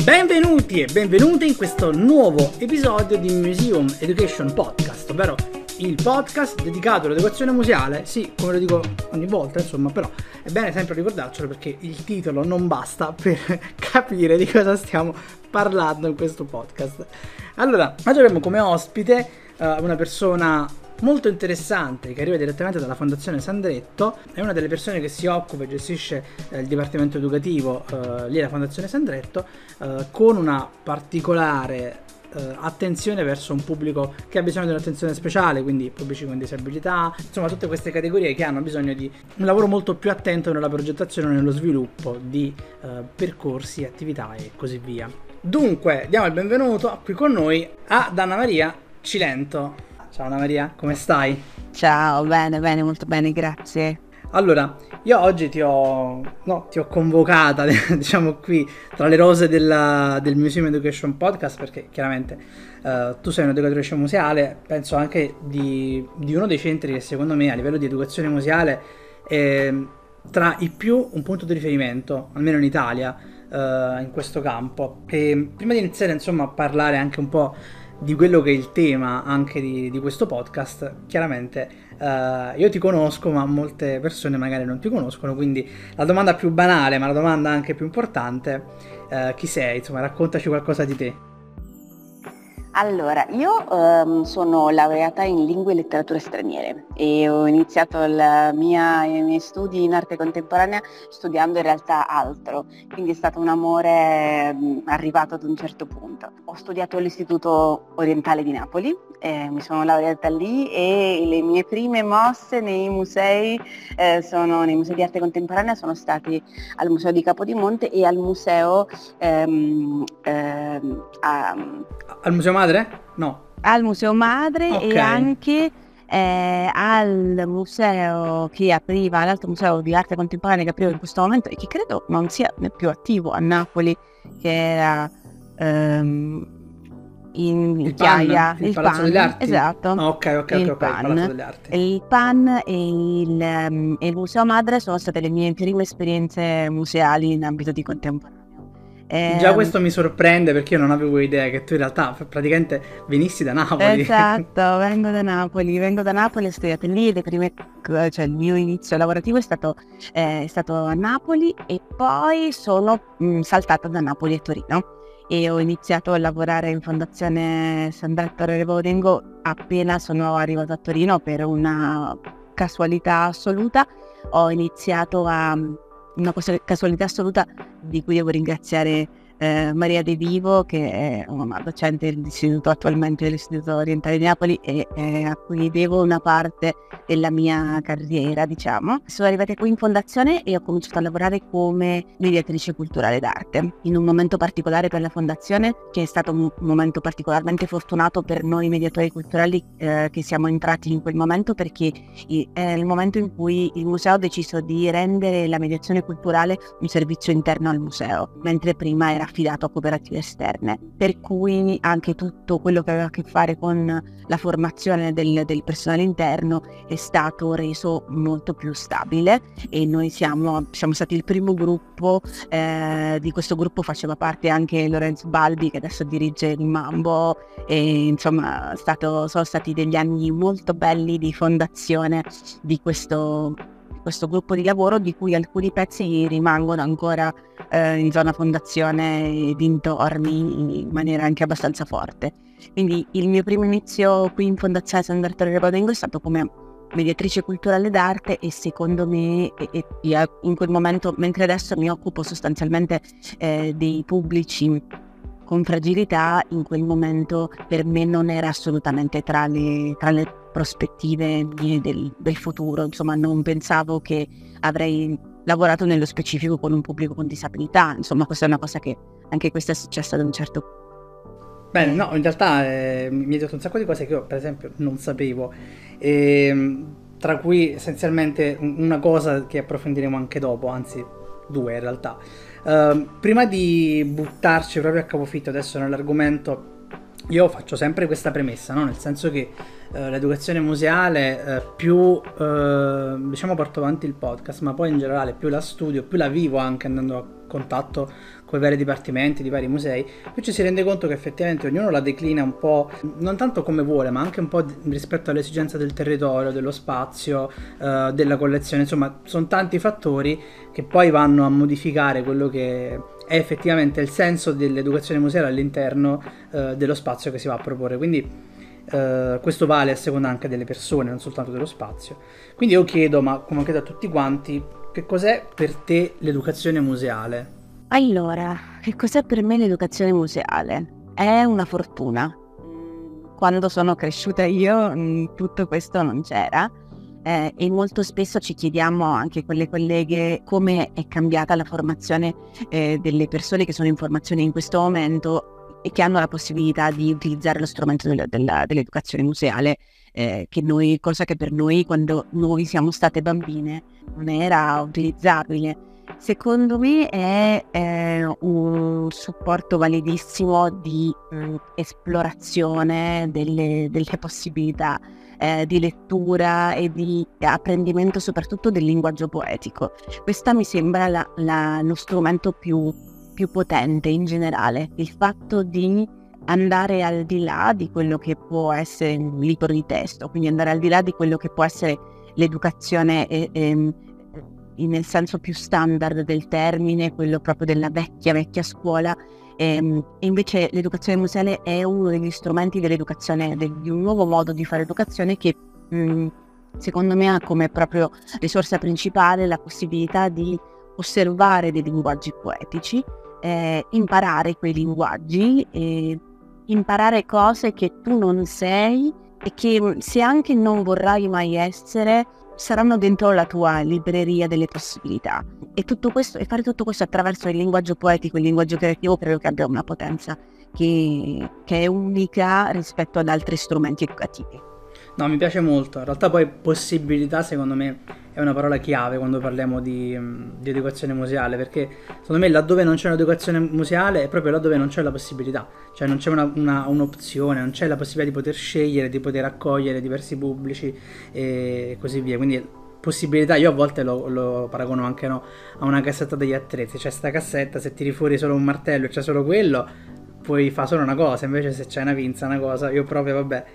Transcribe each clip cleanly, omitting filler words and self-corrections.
Benvenuti e benvenute in questo nuovo episodio di Museum Education Podcast, ovvero il podcast dedicato all'educazione museale. Sì, come lo dico ogni volta, insomma, però è bene sempre ricordarcelo perché il titolo non basta per capire di cosa stiamo parlando in questo podcast. Allora, oggi abbiamo come ospite una persona molto interessante che arriva direttamente dalla Fondazione Sandretto. È una delle persone che si occupa e gestisce il dipartimento educativo lì alla Fondazione Sandretto, con una particolare attenzione verso un pubblico che ha bisogno di un'attenzione speciale, quindi pubblici con disabilità, insomma tutte queste categorie che hanno bisogno di un lavoro molto più attento nella progettazione e nello sviluppo di percorsi, attività e così via. Dunque diamo il benvenuto qui con noi ad Anna Maria Cilento. Ciao Anna Maria, come stai? Ciao, bene, molto bene, grazie. Allora, io oggi ti ho convocata, diciamo qui, tra le rose del Museum Education Podcast, perché chiaramente tu sei un'educatrice museale, penso anche di uno dei centri che secondo me a livello di educazione museale è tra i più un punto di riferimento, almeno in Italia, in questo campo. E prima di iniziare insomma a parlare anche un po' di quello che è il tema anche di questo podcast, chiaramente io ti conosco ma molte persone magari non ti conoscono, quindi la domanda più banale ma la domanda anche più importante, chi sei? Insomma, raccontaci qualcosa di te. Allora, io sono laureata in lingue e letterature straniere e ho iniziato i miei studi in arte contemporanea studiando in realtà altro, quindi è stato un amore arrivato ad un certo punto. Ho studiato all'Istituto Orientale di Napoli, mi sono laureata lì e le mie prime mosse nei musei nei musei di arte contemporanea sono stati al Museo di Capodimonte e al museo Al Museo Madre? No. Al Museo Madre, Okay. E anche al museo che apriva, l'altro museo di arte contemporanea che apriva in questo momento e che credo non sia più attivo a Napoli, che era in Chiaia, il Palazzo delle Arti? esatto. Ok, il Palazzo delle Arti. Il PAN e il Museo Madre sono state le mie prime esperienze museali in ambito di contemporaneo. Già questo mi sorprende perché io non avevo idea che tu in realtà praticamente venissi da Napoli. Esatto, vengo da Napoli, ho studiato lì, il mio inizio lavorativo è stato a Napoli e poi sono saltata da Napoli a Torino e ho iniziato a lavorare in Fondazione Sandretto Revodengo appena sono arrivata a Torino per una casualità assoluta. Ho iniziato una casualità assoluta di cui devo ringraziare Maria De Vivo, che è una docente dell'istituto, attualmente dell'Istituto Orientale di Napoli e a cui devo una parte della mia carriera, diciamo. Sono arrivata qui in fondazione e ho cominciato a lavorare come mediatrice culturale d'arte in un momento particolare per la fondazione, che è stato un momento particolarmente fortunato per noi mediatori culturali che siamo entrati in quel momento, perché è il momento in cui il museo ha deciso di rendere la mediazione culturale un servizio interno al museo, mentre prima era affidato a cooperative esterne, per cui anche tutto quello che aveva a che fare con la formazione del personale interno è stato reso molto più stabile e noi siamo stati il primo gruppo. Di questo gruppo faceva parte anche Lorenzo Balbi, che adesso dirige il Mambo, e insomma sono stati degli anni molto belli di fondazione di questo gruppo di lavoro, di cui alcuni pezzi rimangono ancora in zona fondazione e dintorni in maniera anche abbastanza forte. Quindi il mio primo inizio qui in Fondazione Sandretto Revodengo è stato come mediatrice culturale d'arte e secondo me in quel momento, mentre adesso mi occupo sostanzialmente dei pubblici con fragilità, in quel momento per me non era assolutamente tra le prospettive mie del futuro. Insomma, non pensavo che avrei lavorato nello specifico con un pubblico con disabilità. Insomma, questa è una cosa che anche questa è successa ad un certo punto. Bene, no, in realtà mi hai detto un sacco di cose che io per esempio non sapevo, tra cui essenzialmente una cosa che approfondiremo anche dopo, anzi due in realtà. Prima di buttarci proprio a capofitto adesso nell'argomento, io faccio sempre questa premessa, no? Nel senso che l'educazione museale più diciamo porto avanti il podcast, ma poi in generale più la studio, più la vivo anche andando a contatto con i vari dipartimenti, di vari musei, più ci si rende conto che effettivamente ognuno la declina un po', non tanto come vuole, ma anche un po' rispetto alle esigenze del territorio, dello spazio, della collezione. Insomma, sono tanti fattori che poi vanno a modificare quello che è effettivamente il senso dell'educazione museale all'interno dello spazio che si va a proporre. Quindi questo vale a seconda anche delle persone, non soltanto dello spazio. Quindi io chiedo, ma come chiedo a tutti quanti, che cos'è per te l'educazione museale? Allora, che cos'è per me l'educazione museale? È una fortuna. Quando sono cresciuta io tutto questo non c'era, e molto spesso ci chiediamo anche con le colleghe come è cambiata la formazione delle persone che sono in formazione in questo momento e che hanno la possibilità di utilizzare lo strumento dell'educazione museale, cosa che per noi quando noi siamo state bambine non era utilizzabile. Secondo me è un supporto validissimo di esplorazione delle possibilità di lettura e di apprendimento soprattutto del linguaggio poetico. Questa mi sembra lo strumento più potente in generale, il fatto di andare al di là di quello che può essere un libro di testo, quindi andare al di là di quello che può essere l'educazione nel senso più standard del termine, quello proprio della vecchia scuola, e invece l'educazione museale è uno degli strumenti dell'educazione, di un nuovo modo di fare educazione che secondo me ha come proprio risorsa principale la possibilità di osservare dei linguaggi poetici, imparare quei linguaggi, imparare cose che tu non sei e che se anche non vorrai mai essere saranno dentro la tua libreria delle possibilità, e tutto questo, e fare tutto questo attraverso il linguaggio poetico, il linguaggio creativo, credo che abbia una potenza che è unica rispetto ad altri strumenti educativi. No, mi piace molto. In realtà poi possibilità secondo me è una parola chiave quando parliamo di educazione museale, perché secondo me laddove non c'è un'educazione museale è proprio laddove non c'è la possibilità, cioè non c'è un'opzione, non c'è la possibilità di poter scegliere, di poter accogliere diversi pubblici e così via. Quindi possibilità, io a volte lo paragono anche, no, a una cassetta degli attrezzi. C'è sta cassetta, se tiri fuori solo un martello e c'è solo quello, puoi fare solo una cosa. Invece se c'è una pinza, una cosa, io proprio vabbè,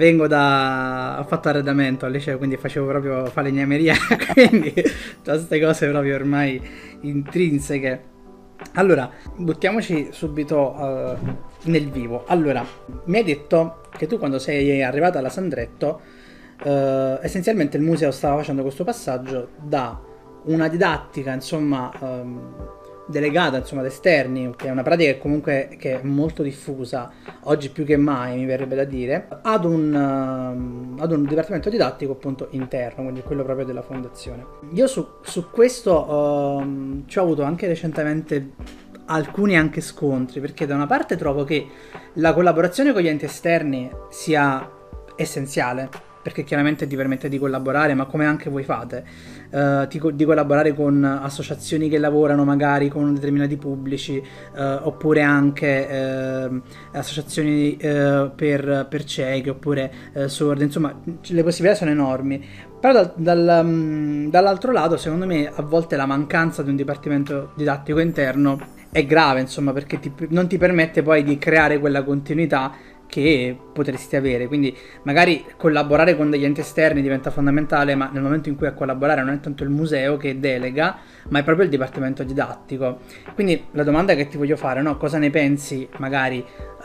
ho fatto arredamento al liceo, quindi facevo proprio falegnameria, quindi tutte queste cose proprio ormai intrinseche. Allora, buttiamoci subito nel vivo. Allora, mi hai detto che tu quando sei arrivata alla Sandretto, essenzialmente il museo stava facendo questo passaggio da una didattica, insomma, delegata, insomma, ad esterni, che è una pratica che è molto diffusa oggi più che mai, mi verrebbe da dire, ad un dipartimento didattico appunto interno, quindi quello proprio della fondazione. Io su questo ci ho avuto anche recentemente alcuni anche scontri, perché da una parte trovo che la collaborazione con gli enti esterni sia essenziale, perché chiaramente ti permette di collaborare, ma come anche voi fate, di collaborare con associazioni che lavorano magari con determinati pubblici, oppure anche associazioni per ciechi, oppure sordi, insomma le possibilità sono enormi. Però dall'altro lato, secondo me, a volte la mancanza di un dipartimento didattico interno è grave, insomma, perché non ti permette poi di creare quella continuità che potresti avere. Quindi magari collaborare con degli enti esterni diventa fondamentale, ma nel momento in cui a collaborare non è tanto il museo che delega, ma è proprio il dipartimento didattico. Quindi la domanda che ti voglio fare, no? Cosa ne pensi magari,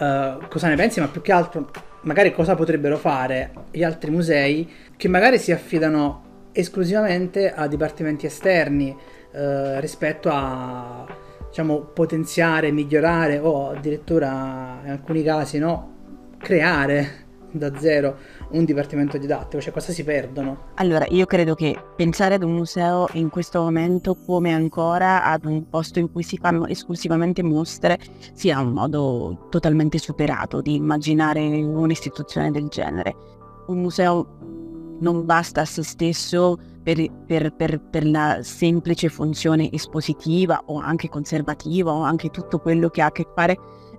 ma più che altro magari cosa potrebbero fare gli altri musei che magari si affidano esclusivamente a dipartimenti esterni rispetto a, diciamo, potenziare, migliorare o addirittura in alcuni casi, no, creare da zero un dipartimento didattico, cioè cosa si perdono? Allora, io credo che pensare ad un museo in questo momento come ancora ad un posto in cui si fanno esclusivamente mostre sia un modo totalmente superato di immaginare un'istituzione del genere. Un museo non basta a se stesso per la semplice funzione espositiva o anche conservativa o anche tutto quello che ha a che fare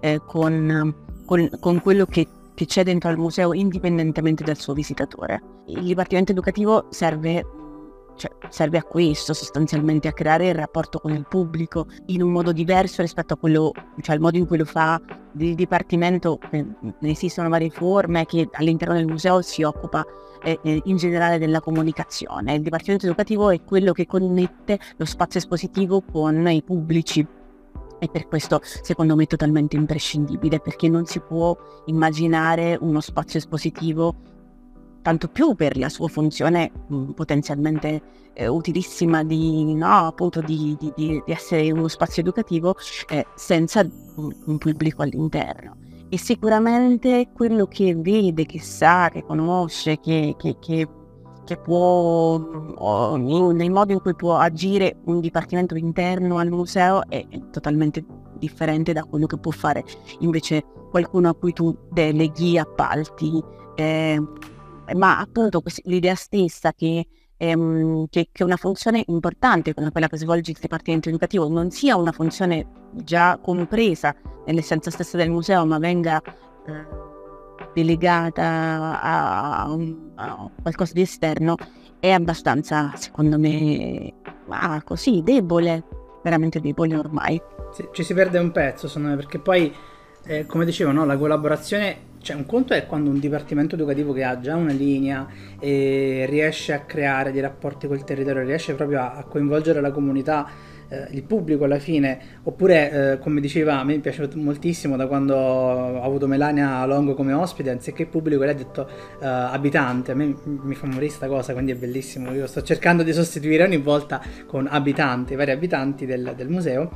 con quello che c'è dentro al museo indipendentemente dal suo visitatore. Il dipartimento educativo serve cioè, serve a questo sostanzialmente, a creare il rapporto con il pubblico in un modo diverso rispetto a quello, cioè al modo in cui lo fa il Dipartimento. Ne esistono varie forme che all'interno del museo si occupa in generale della comunicazione. Il Dipartimento Educativo è quello che connette lo spazio espositivo con i pubblici. E per questo secondo me è totalmente imprescindibile, perché non si può immaginare uno spazio espositivo, tanto più per la sua funzione potenzialmente utilissima di essere uno spazio educativo, senza un pubblico all'interno. E sicuramente quello che vede, che sa, che conosce, che può, nel modo in cui può agire un dipartimento interno al museo è totalmente differente da quello che può fare invece qualcuno a cui tu deleghi appalti, ma appunto l'idea stessa che una funzione importante come quella che svolge il Dipartimento Educativo non sia una funzione già compresa nell'essenza stessa del museo, ma venga delegata a qualcosa di esterno, è abbastanza, secondo me, così debole, veramente debole ormai. Sì, ci si perde un pezzo, secondo me, perché poi, come dicevo, no, la collaborazione, cioè un conto è quando un dipartimento educativo che ha già una linea e riesce a creare dei rapporti col territorio, riesce proprio a coinvolgere la comunità, il pubblico alla fine, oppure come diceva, a me piace moltissimo da quando ho avuto Melania Longo come ospite, anziché pubblico lei ha detto abitante. A me mi fa morire sta cosa, quindi è bellissimo. Io sto cercando di sostituire ogni volta con abitanti, i vari abitanti del museo.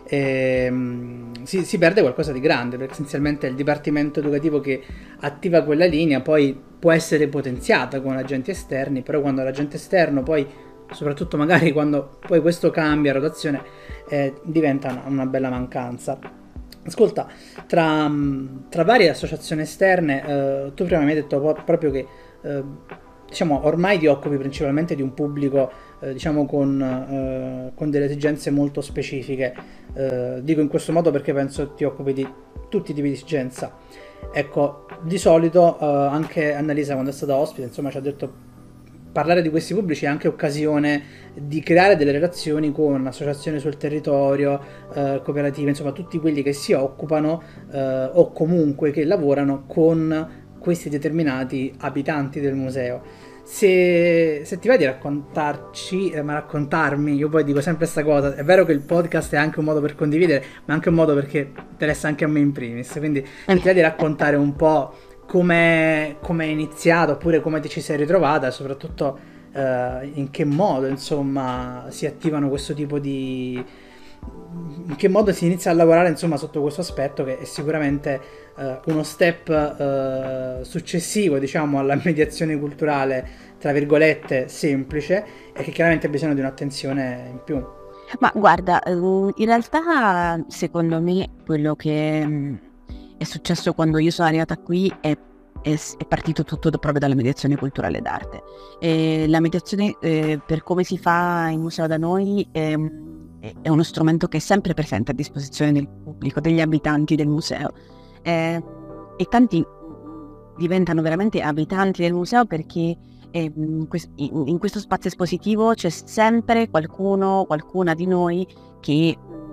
Si perde qualcosa di grande, perché essenzialmente è il dipartimento educativo che attiva quella linea, poi può essere potenziata con agenti esterni, però quando l'agente esterno poi, soprattutto magari quando poi questo cambia rotazione, diventa una bella mancanza. Ascolta, tra varie associazioni esterne, tu prima mi hai detto proprio che diciamo ormai ti occupi principalmente di un pubblico diciamo con delle esigenze molto specifiche. Dico in questo modo perché penso ti occupi di tutti i tipi di esigenza. Ecco, di solito anche Annalisa, quando è stata ospite, insomma, ci ha detto parlare di questi pubblici è anche occasione di creare delle relazioni con associazioni sul territorio, cooperative, insomma tutti quelli che si occupano o comunque che lavorano con questi determinati abitanti del museo. Se ti va di raccontarci, ma raccontarmi, io poi dico sempre questa cosa, è vero che il podcast è anche un modo per condividere, ma anche un modo perché interessa anche a me in primis, quindi se ti va di raccontare un po' come è iniziato, oppure come ti ci sei ritrovata e soprattutto in che modo insomma si attivano questo tipo di... in che modo si inizia a lavorare insomma sotto questo aspetto, che è sicuramente uno step successivo diciamo alla mediazione culturale tra virgolette semplice, e che chiaramente ha bisogno di un'attenzione in più. Ma guarda, in realtà secondo me quello che è successo quando io sono arrivata qui è partito tutto proprio dalla mediazione culturale d'arte. E la mediazione, per come si fa in museo da noi, è uno strumento che è sempre presente a disposizione del pubblico, degli abitanti del museo. E tanti diventano veramente abitanti del museo perché in questo spazio espositivo c'è sempre qualcuna di noi che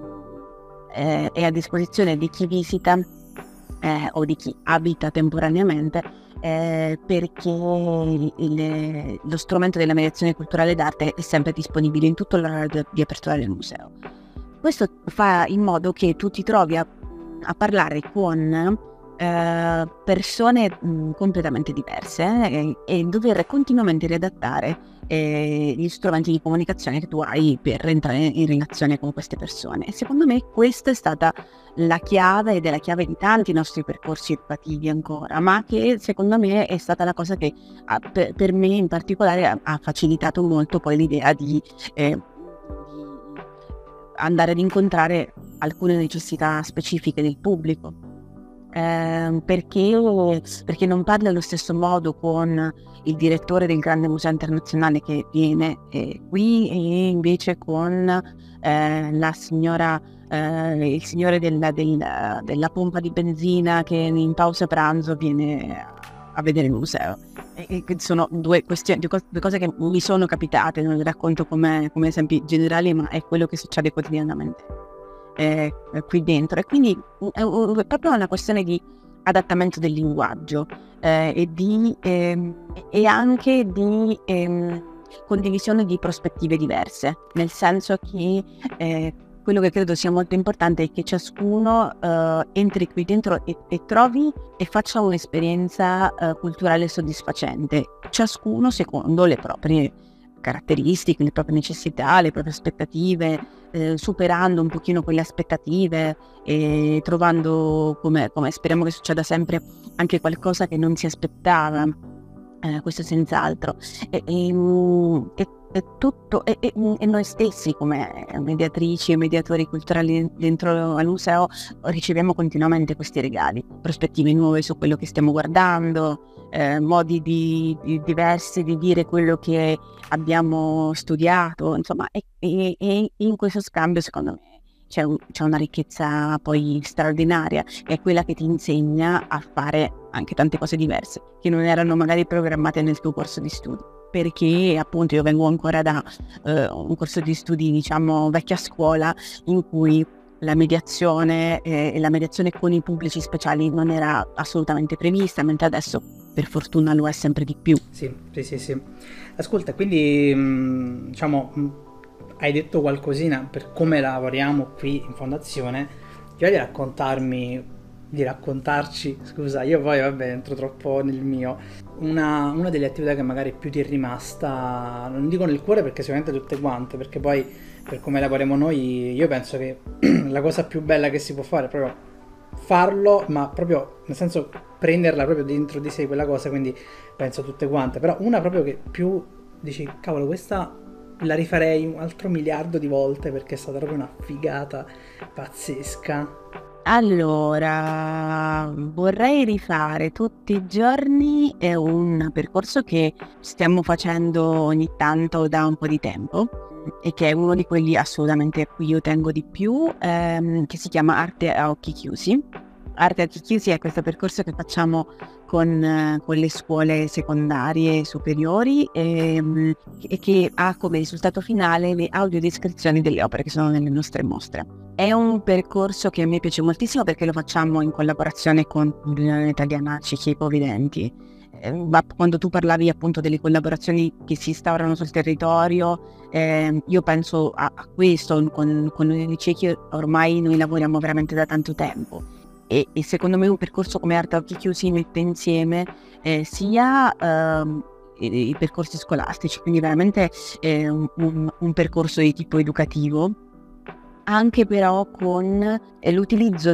è a disposizione di chi visita o di chi abita temporaneamente, perché lo strumento della mediazione culturale d'arte è sempre disponibile in tutto l'orario di apertura del museo. Questo fa in modo che tu ti trovi a parlare con persone completamente diverse e dover continuamente riadattare gli strumenti di comunicazione che tu hai per entrare in relazione con queste persone. E secondo me questa è stata la chiave, ed è la chiave di tanti nostri percorsi educativi ancora, ma che secondo me è stata la cosa che per me in particolare ha facilitato molto poi l'idea di andare ad incontrare alcune necessità specifiche del pubblico. Perché non parla allo stesso modo con il direttore del Grande Museo Internazionale che viene qui, e invece con la signora, il signore della pompa di benzina che in pausa pranzo viene a vedere il museo. E che sono due questioni, due cose che mi sono capitate, non le racconto come esempi generali, ma è quello che succede quotidianamente qui dentro. E quindi è proprio una questione di adattamento del linguaggio e anche di condivisione di prospettive diverse, nel senso che quello che credo sia molto importante è che ciascuno entri qui dentro e trovi e faccia un'esperienza culturale soddisfacente, ciascuno secondo le proprie caratteristiche, le proprie necessità, le proprie aspettative, superando un pochino quelle aspettative e trovando, come speriamo che succeda sempre, anche qualcosa che non si aspettava. Questo senz'altro. E tutto, e noi stessi come mediatrici e mediatori culturali dentro al museo riceviamo continuamente questi regali, prospettive nuove su quello che stiamo guardando, modi diversi di dire quello che abbiamo studiato, insomma, e in questo scambio secondo me c'è una ricchezza poi straordinaria, è quella che ti insegna a fare anche tante cose diverse che non erano magari programmate nel tuo corso di studi, perché appunto io vengo ancora da un corso di studi, diciamo, vecchia scuola, in cui la mediazione e la mediazione con i pubblici speciali non era assolutamente prevista, mentre adesso per fortuna lo è sempre di più. Sì. Ascolta, quindi diciamo, hai detto qualcosina per come lavoriamo qui in fondazione. Ti va di raccontarci, scusa, io poi vabbè entro troppo nel mio, una delle attività che magari più ti è rimasta, non dico nel cuore perché sicuramente tutte quante, perché poi per come lavoriamo noi io penso che la cosa più bella che si può fare è proprio farlo, ma proprio nel senso prenderla proprio dentro di sé quella cosa, quindi penso tutte quante, però una proprio che più dici cavolo, questa la rifarei un altro miliardo di volte perché è stata proprio una figata pazzesca. Allora, vorrei rifare tutti i giorni un percorso che stiamo facendo ogni tanto da un po' di tempo e che è uno di quelli assolutamente a cui io tengo di più, che si chiama Arte a occhi chiusi. Arte a occhi chiusi è questo percorso che facciamo con le scuole secondarie e superiori e che ha come risultato finale le audiodescrizioni delle opere che sono nelle nostre mostre. È un percorso che a me piace moltissimo perché lo facciamo in collaborazione con l'Unione Italiana Ciechi e Ipovedenti. Quando tu parlavi appunto delle collaborazioni che si instaurano sul territorio, io penso a questo, con i ciechi ormai noi lavoriamo veramente da tanto tempo e secondo me un percorso come Arte a occhi chiusi mette insieme sia i percorsi scolastici, quindi veramente un percorso di tipo educativo, anche però con l'utilizzo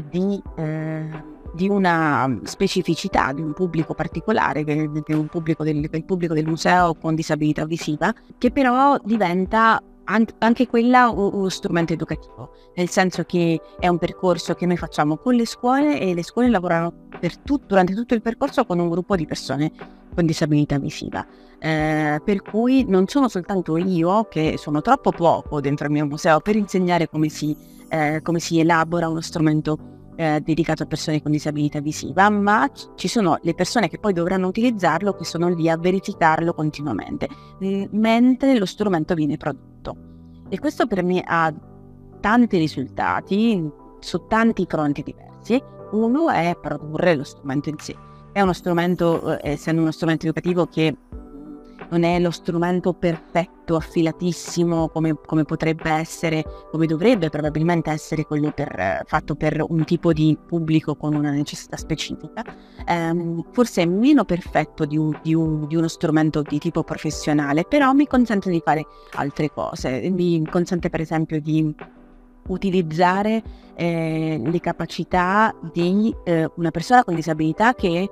di una specificità di un pubblico particolare, che è un pubblico il pubblico del museo con disabilità visiva, che però diventa anche quella uno strumento educativo, nel senso che è un percorso che noi facciamo con le scuole e le scuole lavorano durante tutto il percorso con un gruppo di persone con disabilità visiva, per cui non sono soltanto io, che sono troppo poco dentro il mio museo per insegnare come si elabora uno strumento dedicato a persone con disabilità visiva, ma ci sono le persone che poi dovranno utilizzarlo, che sono lì a verificarlo continuamente mentre lo strumento viene prodotto, e questo per me ha tanti risultati su tanti fronti diversi. Uno è produrre lo strumento in sé, è uno strumento, essendo uno strumento educativo, che non è lo strumento perfetto, affilatissimo come potrebbe essere, come dovrebbe probabilmente essere quello fatto per un tipo di pubblico con una necessità specifica. Forse è meno perfetto di uno strumento di tipo professionale, però mi consente di fare altre cose. Mi consente per esempio di utilizzare le capacità di una persona con disabilità che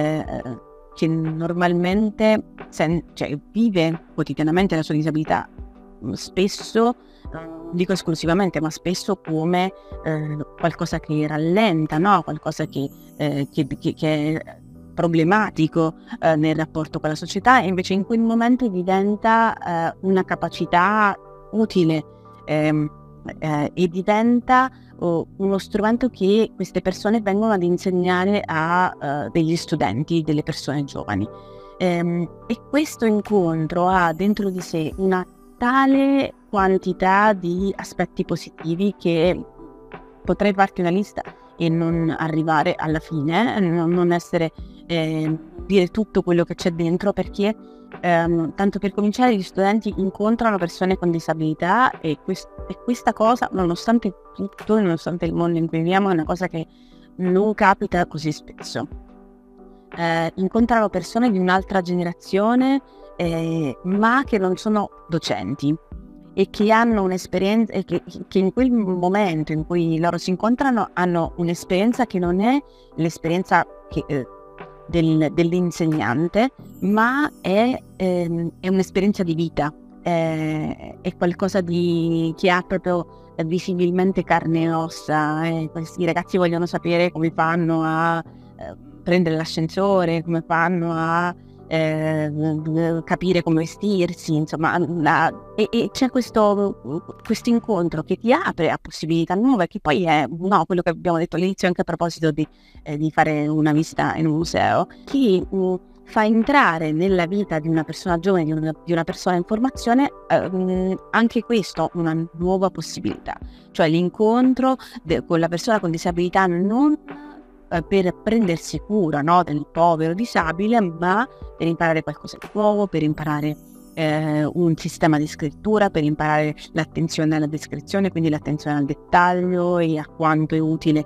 normalmente vive quotidianamente la sua disabilità, spesso, non dico esclusivamente, ma spesso come qualcosa che rallenta, no? Qualcosa che è problematico nel rapporto con la società, e invece in quel momento diventa una capacità utile, e diventa uno strumento che queste persone vengono ad insegnare a degli studenti, delle persone giovani. E questo incontro ha dentro di sé una tale quantità di aspetti positivi che potrei farti una lista e non arrivare alla fine, non essere dire tutto quello che c'è dentro, perché tanto per cominciare gli studenti incontrano persone con disabilità e questa cosa, nonostante tutto, nonostante il mondo in cui viviamo, è una cosa che non capita così spesso. Incontrano persone di un'altra generazione ma che non sono docenti e che hanno un'esperienza e che in quel momento in cui loro si incontrano hanno un'esperienza che non è l'esperienza dell'insegnante, ma è un'esperienza di vita, è qualcosa che ha proprio visibilmente carne e ossa. Questi ragazzi vogliono sapere come fanno a prendere l'ascensore, come fanno a capire come vestirsi, insomma, e c'è questo incontro che ti apre a possibilità nuove, che poi è quello che abbiamo detto all'inizio anche a proposito di fare una visita in un museo, che fa entrare nella vita di una persona giovane, di una persona in formazione, anche questo una nuova possibilità, cioè l'incontro con la persona con disabilità non per prendersi cura, no, del povero disabile, ma per imparare qualcosa di nuovo, per imparare un sistema di scrittura, per imparare l'attenzione alla descrizione, quindi l'attenzione al dettaglio e a quanto è utile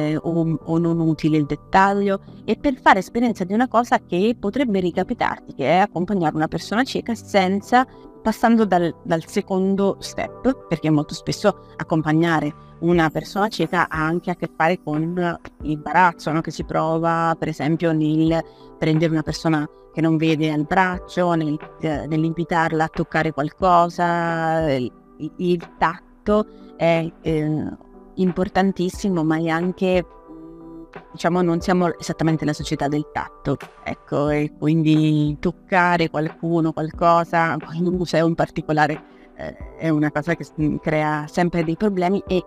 o non utile il dettaglio, e per fare esperienza di una cosa che potrebbe ricapitarti, che è accompagnare una persona cieca passando dal secondo step, perché molto spesso accompagnare una persona cieca ha anche a che fare con l'imbarazzo, no? Che si prova per esempio nel prendere una persona che non vede al braccio, nell'invitarla a toccare qualcosa. Il tatto è importantissimo, ma è anche, diciamo, non siamo esattamente la società del tatto, ecco, e quindi toccare qualcuno, qualcosa, in un museo in particolare, è una cosa che crea sempre dei problemi e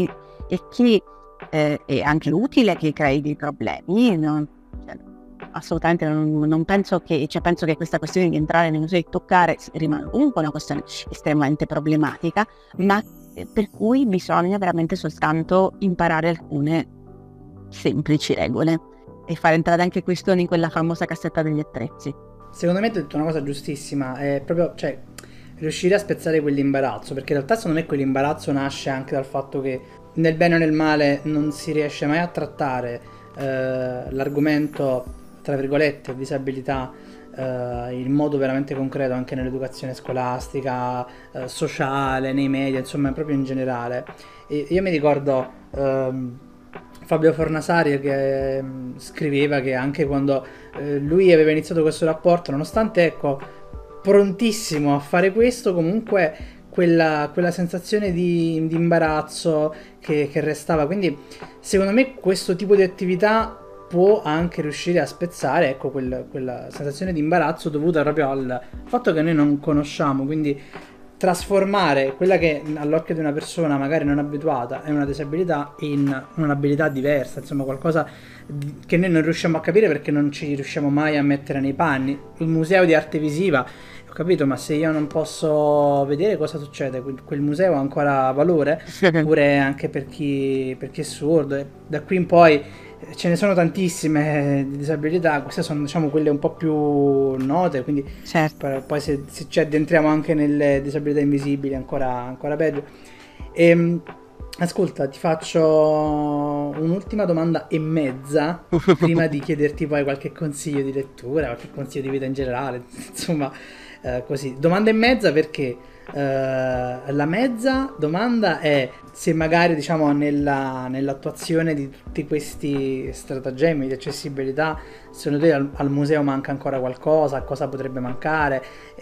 che è anche utile che crei dei problemi, no? Assolutamente non penso che, cioè penso che questa questione di entrare nei musei e toccare rimane comunque una questione estremamente problematica, ma per cui bisogna veramente soltanto imparare alcune semplici regole e fare entrare anche questo in quella famosa cassetta degli attrezzi. Secondo me hai detto una cosa giustissima, è proprio, cioè, riuscire a spezzare quell'imbarazzo, perché in realtà secondo me quell'imbarazzo nasce anche dal fatto che nel bene o nel male non si riesce mai a trattare l'argomento, tra virgolette, disabilità in modo veramente concreto anche nell'educazione scolastica, sociale, nei media, insomma proprio in generale. E io mi ricordo Fabio Fornasario che scriveva che anche quando lui aveva iniziato questo rapporto, nonostante, ecco, prontissimo a fare questo, comunque quella sensazione di imbarazzo che restava. Quindi secondo me questo tipo di attività può anche riuscire a spezzare, ecco, quella sensazione di imbarazzo dovuta proprio al fatto che noi non conosciamo, quindi trasformare quella che all'occhio di una persona magari non abituata è una disabilità in un'abilità diversa, insomma qualcosa che noi non riusciamo a capire perché non ci riusciamo mai a mettere nei panni. Il museo di arte visiva, ho capito, ma se io non posso vedere cosa succede, quel museo ha ancora valore? Oppure anche per chi è sordo. E da qui in poi ce ne sono tantissime disabilità, queste sono, diciamo, quelle un po' più note, quindi certo. poi se ci addentriamo anche nelle disabilità invisibili ancora peggio. Ascolta, ti faccio un'ultima domanda e mezza prima di chiederti poi qualche consiglio di lettura, qualche consiglio di vita in generale, insomma, così. Domanda e mezza perché la mezza domanda è se magari, diciamo, nell'attuazione di tutti questi stratagemmi di accessibilità, secondo te al museo manca ancora qualcosa, cosa potrebbe mancare?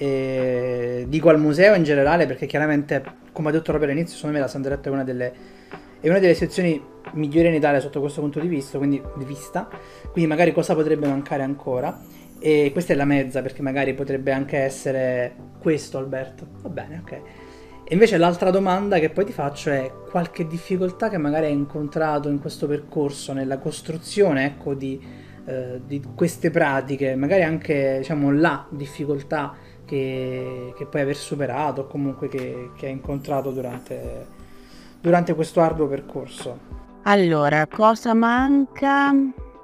Dico al museo in generale perché chiaramente, come ho detto proprio all'inizio, secondo me la Sanderetto è una delle sezioni migliori in Italia sotto questo punto di vista, quindi magari cosa potrebbe mancare ancora. E questa è la mezza, perché magari potrebbe anche essere questo, Alberto. Va bene, ok. E invece l'altra domanda che poi ti faccio è qualche difficoltà che magari hai incontrato in questo percorso, nella costruzione, ecco, di queste pratiche, magari anche, diciamo, la difficoltà che puoi aver superato o comunque che hai incontrato durante questo arduo percorso. Allora, cosa manca?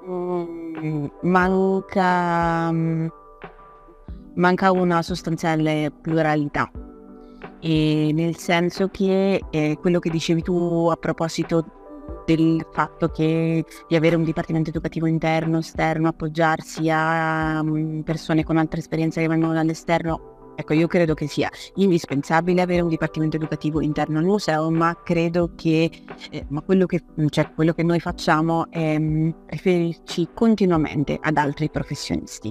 Manca, manca una sostanziale pluralità, e nel senso che quello che dicevi tu a proposito del fatto che di avere un dipartimento educativo interno, esterno, appoggiarsi a persone con altre esperienze che vengono dall'esterno, ecco, io credo che sia indispensabile avere un dipartimento educativo interno al museo, ma credo che quello che noi facciamo è riferirci continuamente ad altri professionisti,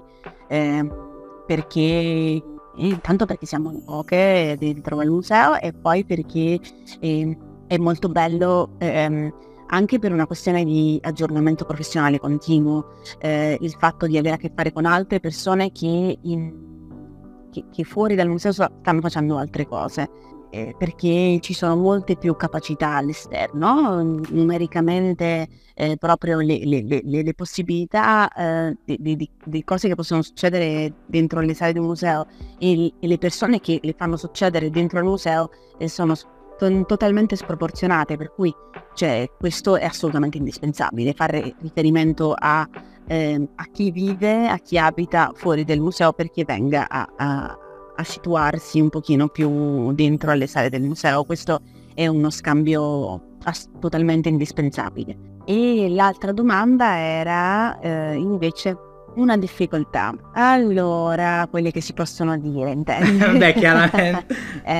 perché intanto perché siamo in poche dentro al museo, e poi perché è molto bello anche per una questione di aggiornamento professionale continuo, il fatto di avere a che fare con altre persone che fuori dal museo stanno facendo altre cose, perché ci sono molte più capacità all'esterno, numericamente proprio le possibilità di cose che possono succedere dentro le sale di un museo e le persone che le fanno succedere dentro il museo sono totalmente sproporzionate, per cui questo è assolutamente indispensabile, fare riferimento a chi vive, a chi abita fuori del museo, perché venga a situarsi un pochino più dentro alle sale del museo. Questo è uno scambio totalmente indispensabile. E l'altra domanda era invece una difficoltà. Allora, quelle che si possono dire, intendi? Beh, chiaramente.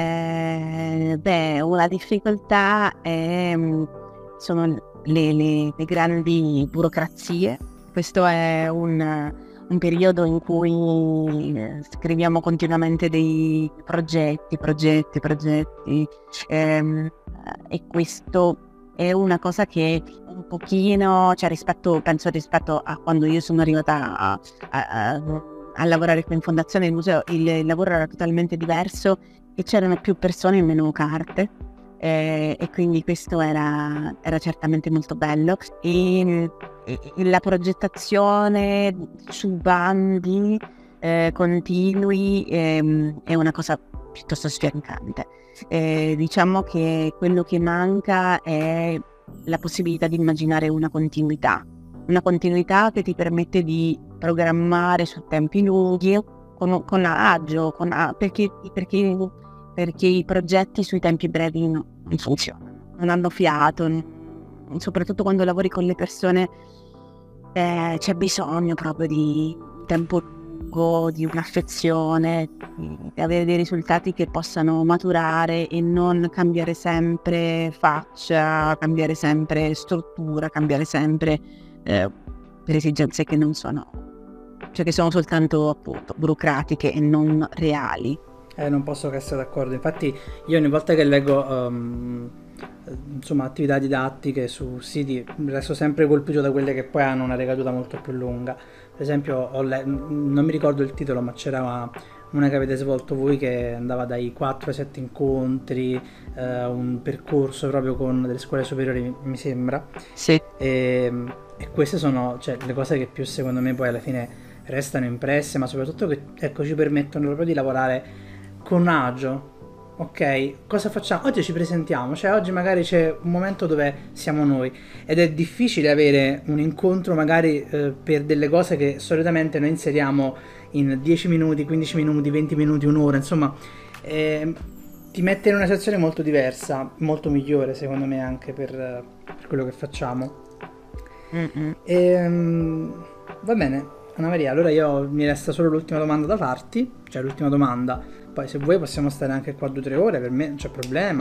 Una difficoltà sono le grandi burocrazie. Questo è un periodo in cui scriviamo continuamente dei progetti, e questo è una cosa che un pochino, penso rispetto a quando io sono arrivata a lavorare qui in fondazione, il museo, il lavoro era totalmente diverso e c'erano più persone e meno carte, e quindi questo era certamente molto bello, e la progettazione su bandi continui è una cosa piuttosto sfiancante. Diciamo che quello che manca è la possibilità di immaginare una continuità che ti permette di programmare su tempi lunghi con agio, perché i progetti sui tempi brevi non funzionano, non hanno fiato, soprattutto quando lavori con le persone c'è bisogno proprio di tempo lungo, di un'affezione, di avere dei risultati che possano maturare e non cambiare sempre faccia, cambiare sempre struttura, cambiare sempre per esigenze che non sono, che sono soltanto appunto burocratiche e non reali. Non posso che essere d'accordo. Infatti io ogni volta che leggo insomma attività didattiche su siti resto sempre colpito da quelle che poi hanno una ricaduta molto più lunga. Per esempio non mi ricordo il titolo, ma c'era una che avete svolto voi che andava dai 4 ai 7 incontri, un percorso proprio con delle scuole superiori, mi sembra. Sì. E queste sono le cose che più secondo me poi alla fine restano impresse, ma soprattutto che ci permettono proprio di lavorare con agio. Ok, cosa facciamo? Oggi ci presentiamo, oggi magari c'è un momento dove siamo noi ed è difficile avere un incontro magari per delle cose che solitamente noi inseriamo in 10 minuti, 15 minuti, 20 minuti, un'ora, insomma ti mette in una situazione molto diversa, molto migliore secondo me anche per quello che facciamo. Va bene Anna Maria, allora mi resta solo l'ultima domanda da farti, l'ultima domanda. Poi se vuoi possiamo stare anche qua 2 o 3 ore, per me non c'è problema.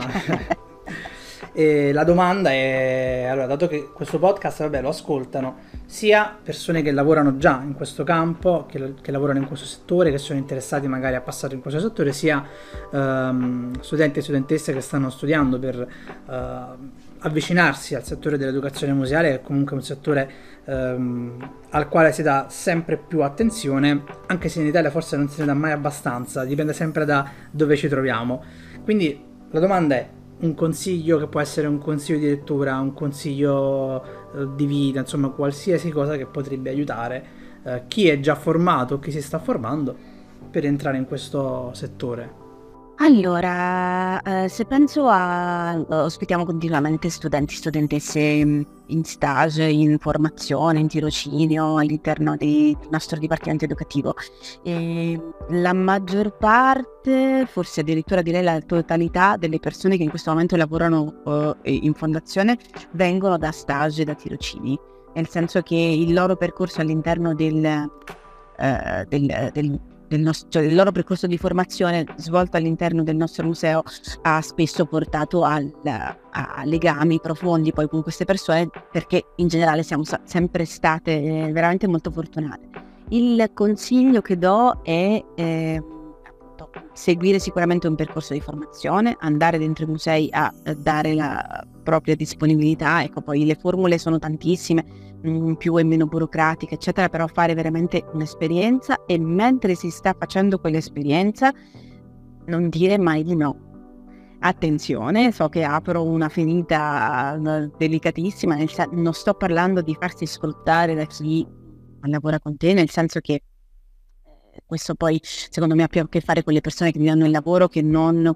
E la domanda è, allora, dato che questo podcast lo ascoltano sia persone che lavorano già in questo campo, che lavorano in questo settore, che sono interessati magari a passare in questo settore, sia studenti e studentesse che stanno studiando per avvicinarsi al settore dell'educazione museale, che è comunque un settore al quale si dà sempre più attenzione, anche se in Italia forse non se ne dà mai abbastanza, dipende sempre da dove ci troviamo. Quindi la domanda è un consiglio che può essere un consiglio di lettura, un consiglio di vita, insomma qualsiasi cosa che potrebbe aiutare chi è già formato, chi si sta formando per entrare in questo settore. Allora, se penso ospitiamo continuamente studenti, studentesse in stage, in formazione, in tirocinio all'interno del nostro dipartimento educativo. E la maggior parte, forse addirittura direi la totalità delle persone che in questo momento lavorano in fondazione vengono da stage e da tirocini, nel senso che il loro percorso all'interno cioè il loro percorso di formazione svolto all'interno del nostro museo ha spesso portato a legami profondi poi con queste persone, perché in generale siamo sempre state veramente molto fortunate. Il consiglio che do è appunto, seguire sicuramente un percorso di formazione, andare dentro i musei a dare la propria disponibilità. Ecco, poi le formule sono tantissime, più e meno burocratiche eccetera, però fare veramente un'esperienza, e mentre si sta facendo quell'esperienza non dire mai di no. Attenzione, so che apro una ferita delicatissima, non sto parlando di farsi sfruttare da chi lavora con te, nel senso che questo poi secondo me ha più a che fare con le persone che ti danno il lavoro che non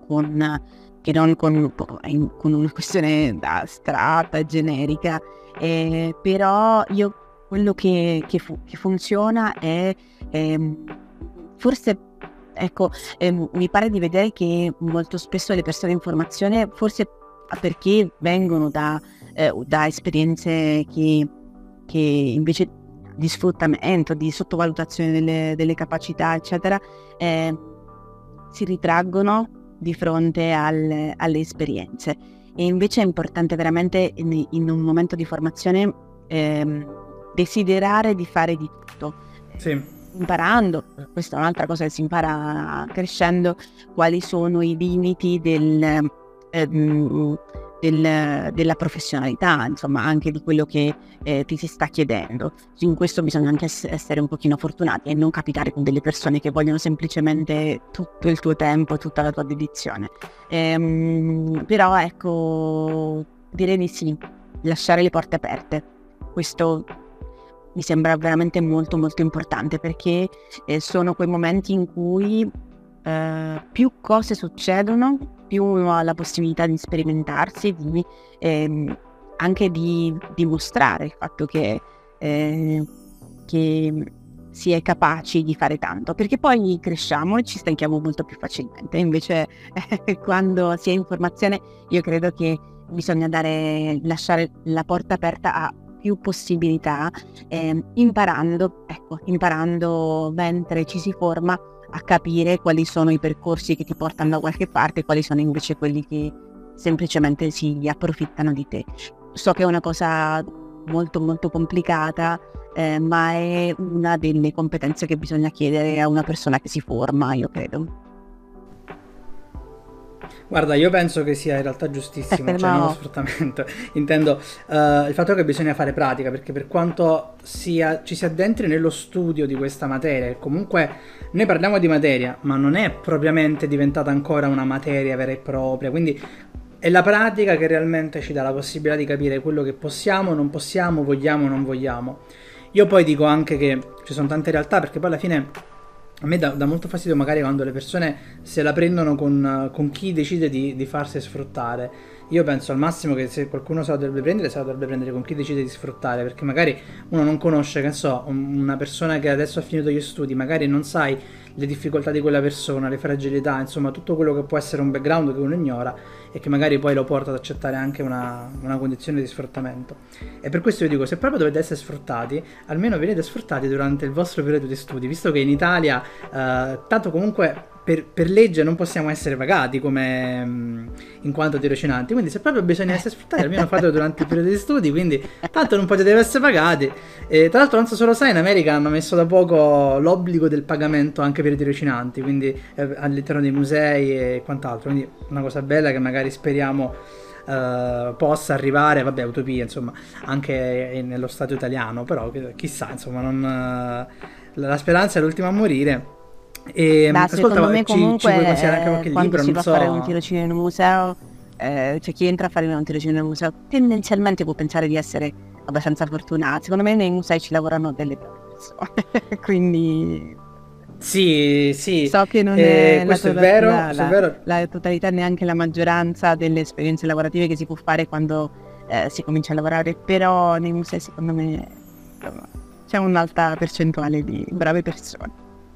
con una questione astratta e generica. Però io quello che funziona è forse, ecco, mi pare di vedere che molto spesso le persone in formazione, forse perché vengono da esperienze che invece di sfruttamento, di sottovalutazione delle capacità eccetera, si ritraggono di fronte alle esperienze. E invece è importante veramente in un momento di formazione desiderare di fare di tutto, imparando, questa è un'altra cosa che si impara crescendo, quali sono i limiti della professionalità, insomma anche di quello che ti si sta chiedendo. In questo bisogna anche essere un pochino fortunati e non capitare con delle persone che vogliono semplicemente tutto il tuo tempo, tutta la tua dedizione. Però ecco, direi di sì, lasciare le porte aperte, questo mi sembra veramente molto molto importante, perché sono quei momenti in cui più cose succedono, più uno ha la possibilità di sperimentarsi, anche di dimostrare il fatto che si è capaci di fare tanto, perché poi cresciamo e ci stanchiamo molto più facilmente. Invece quando si è in formazione io credo che bisogna lasciare la porta aperta a più possibilità, imparando mentre ci si forma a capire quali sono i percorsi che ti portano da qualche parte e quali sono invece quelli che semplicemente si approfittano di te. So che è una cosa molto molto complicata, ma è una delle competenze che bisogna chiedere a una persona che si forma, io credo. Guarda, io penso che sia in realtà giustissimo, cioè non lo sfruttamento, intendo il fatto che bisogna fare pratica, perché per quanto ci si addentri nello studio di questa materia, comunque noi parliamo di materia, ma non è propriamente diventata ancora una materia vera e propria, quindi è la pratica che realmente ci dà la possibilità di capire quello che possiamo, non possiamo, vogliamo, non vogliamo. Io poi dico anche che ci sono tante realtà, perché poi alla fine a me dà molto fastidio magari quando le persone se la prendono con chi decide di farsi sfruttare. Io penso al massimo che se qualcuno se la dovrebbe prendere con chi decide di sfruttare, perché magari uno non conosce, che ne so, una persona che adesso ha finito gli studi, magari non sai le difficoltà di quella persona, le fragilità, insomma tutto quello che può essere un background che uno ignora e che magari poi lo porta ad accettare anche una condizione di sfruttamento. E per questo io dico, se proprio dovete essere sfruttati, almeno venite sfruttati durante il vostro periodo di studi, visto che in Italia tanto comunque per legge non possiamo essere pagati come in quanto tirocinanti, quindi se proprio bisogna essere sfruttati almeno fatelo durante il periodo di studi, quindi tanto non potete essere pagati. E tra l'altro non so se lo sai, in America hanno messo da poco l'obbligo del pagamento anche per i tirocinanti, quindi all'interno dei musei e quant'altro, quindi una cosa bella che magari speriamo possa arrivare, vabbè, utopia insomma, anche nello Stato italiano, però chissà, insomma, la speranza è l'ultima a morire. E Secondo me ci puoi consigliare anche comunque qualche quando libro, si non va a fare un so. tirocinio in un museo, cioè chi entra a fare un tirocinio in un museo tendenzialmente può pensare di essere abbastanza fortunato. Secondo me nei musei ci lavorano delle brave persone, quindi Sì, sì, so che non è questo è vero, questo è vero. la totalità, neanche la maggioranza delle esperienze lavorative che si può fare quando si comincia a lavorare, però nei musei secondo me insomma, c'è un'alta percentuale di brave persone.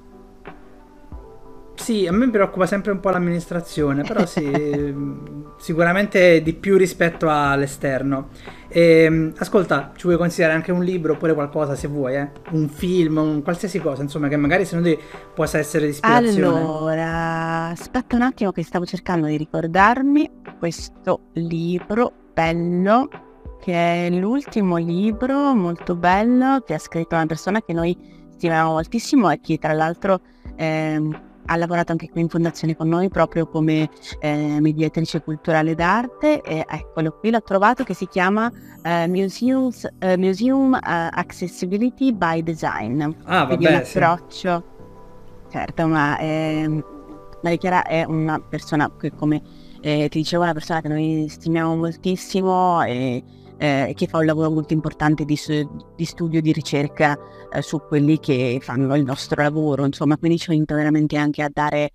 Sì, a me preoccupa sempre un po' l'amministrazione, però sì, sicuramente di più rispetto all'esterno. Ascolta, ci vuoi consigliare anche un libro oppure qualcosa se vuoi, eh? Un film, qualsiasi cosa, insomma, che magari secondo te possa essere di ispirazione. Allora, aspetta un attimo che stavo cercando di ricordarmi questo libro bello, che è l'ultimo libro molto bello che ha scritto una persona che noi stimiamo moltissimo e che tra l'altro ha lavorato anche qui in fondazione con noi proprio come mediatrice culturale d'arte. E eccolo qui, l'ho trovato, che si chiama Museum Accessibility by Design. Ah, Quindi un vabbè, sì. approccio. Certo, ma Maria Chiara è una persona che, come ti dicevo, è una persona che noi stimiamo moltissimo e che fa un lavoro molto importante di studio, di ricerca su quelli che fanno il nostro lavoro, insomma, quindi ci aiuta veramente anche a dare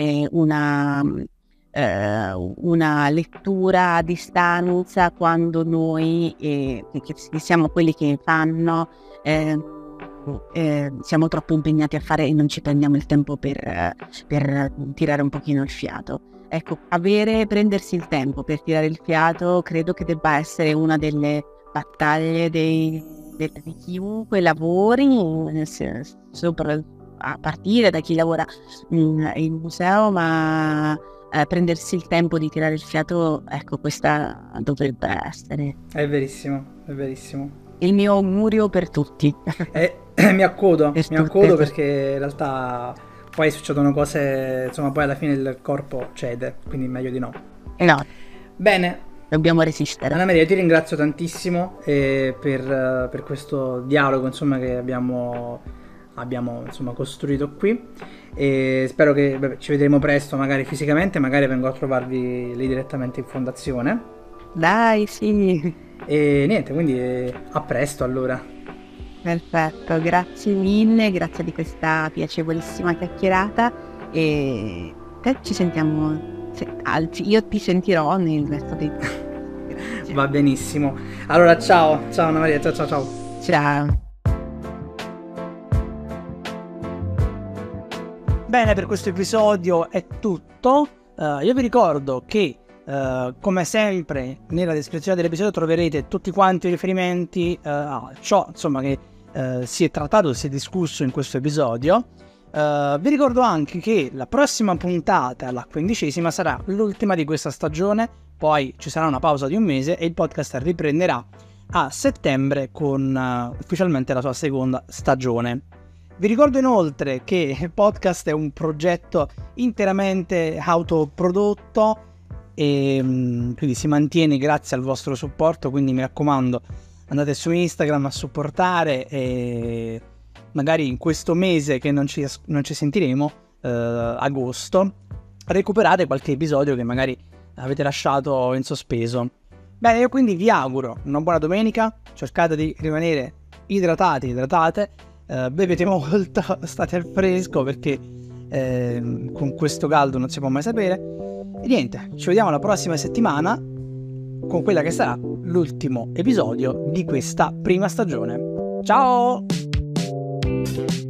una lettura a distanza quando noi, che siamo quelli che fanno, siamo troppo impegnati a fare e non ci prendiamo il tempo per tirare un pochino il fiato. Ecco, prendersi il tempo per tirare il fiato credo che debba essere una delle battaglie di chiunque lavori, a partire da chi lavora in museo, ma prendersi il tempo di tirare il fiato, ecco, questa dovrebbe essere È verissimo, è verissimo. il mio augurio per tutti. Mi accodo, Per mi tutte, accodo perché in realtà poi succedono cose, insomma, poi alla fine il corpo cede, quindi meglio di no. no, Bene, dobbiamo resistere. Anna Maria, io ti ringrazio tantissimo per questo dialogo, insomma, che abbiamo insomma, costruito qui, e spero che ci vedremo presto, magari fisicamente, magari vengo a trovarvi lì direttamente in fondazione. Dai, sì, E niente, quindi a presto allora. perfetto, grazie mille, grazie di questa piacevolissima chiacchierata e ci sentiamo, anzi io ti sentirò nel resto dei Grazie. Va benissimo. Allora, ciao Anna Maria, ciao ciao ciao. Ciao. Bene, per questo episodio è tutto. Io vi ricordo che come sempre nella descrizione dell'episodio troverete tutti quanti i riferimenti a ciò, insomma, che si è trattato, si è discusso in questo episodio. Vi ricordo anche che la prossima puntata, la 15ª, sarà l'ultima di questa stagione, poi ci sarà una pausa di un mese e il podcast riprenderà a settembre con ufficialmente la sua seconda stagione. Vi ricordo inoltre che il podcast è un progetto interamente autoprodotto e quindi si mantiene grazie al vostro supporto, quindi mi raccomando, andate su Instagram a supportare e magari in questo mese che non ci sentiremo, agosto, recuperate qualche episodio che magari avete lasciato in sospeso. Bene, io quindi vi auguro una buona domenica, cercate di rimanere idratate, bevete molto, state al fresco perché con questo caldo non si può mai sapere. E niente, ci vediamo la prossima settimana con quella che sarà l'ultimo episodio di questa prima stagione. Ciao!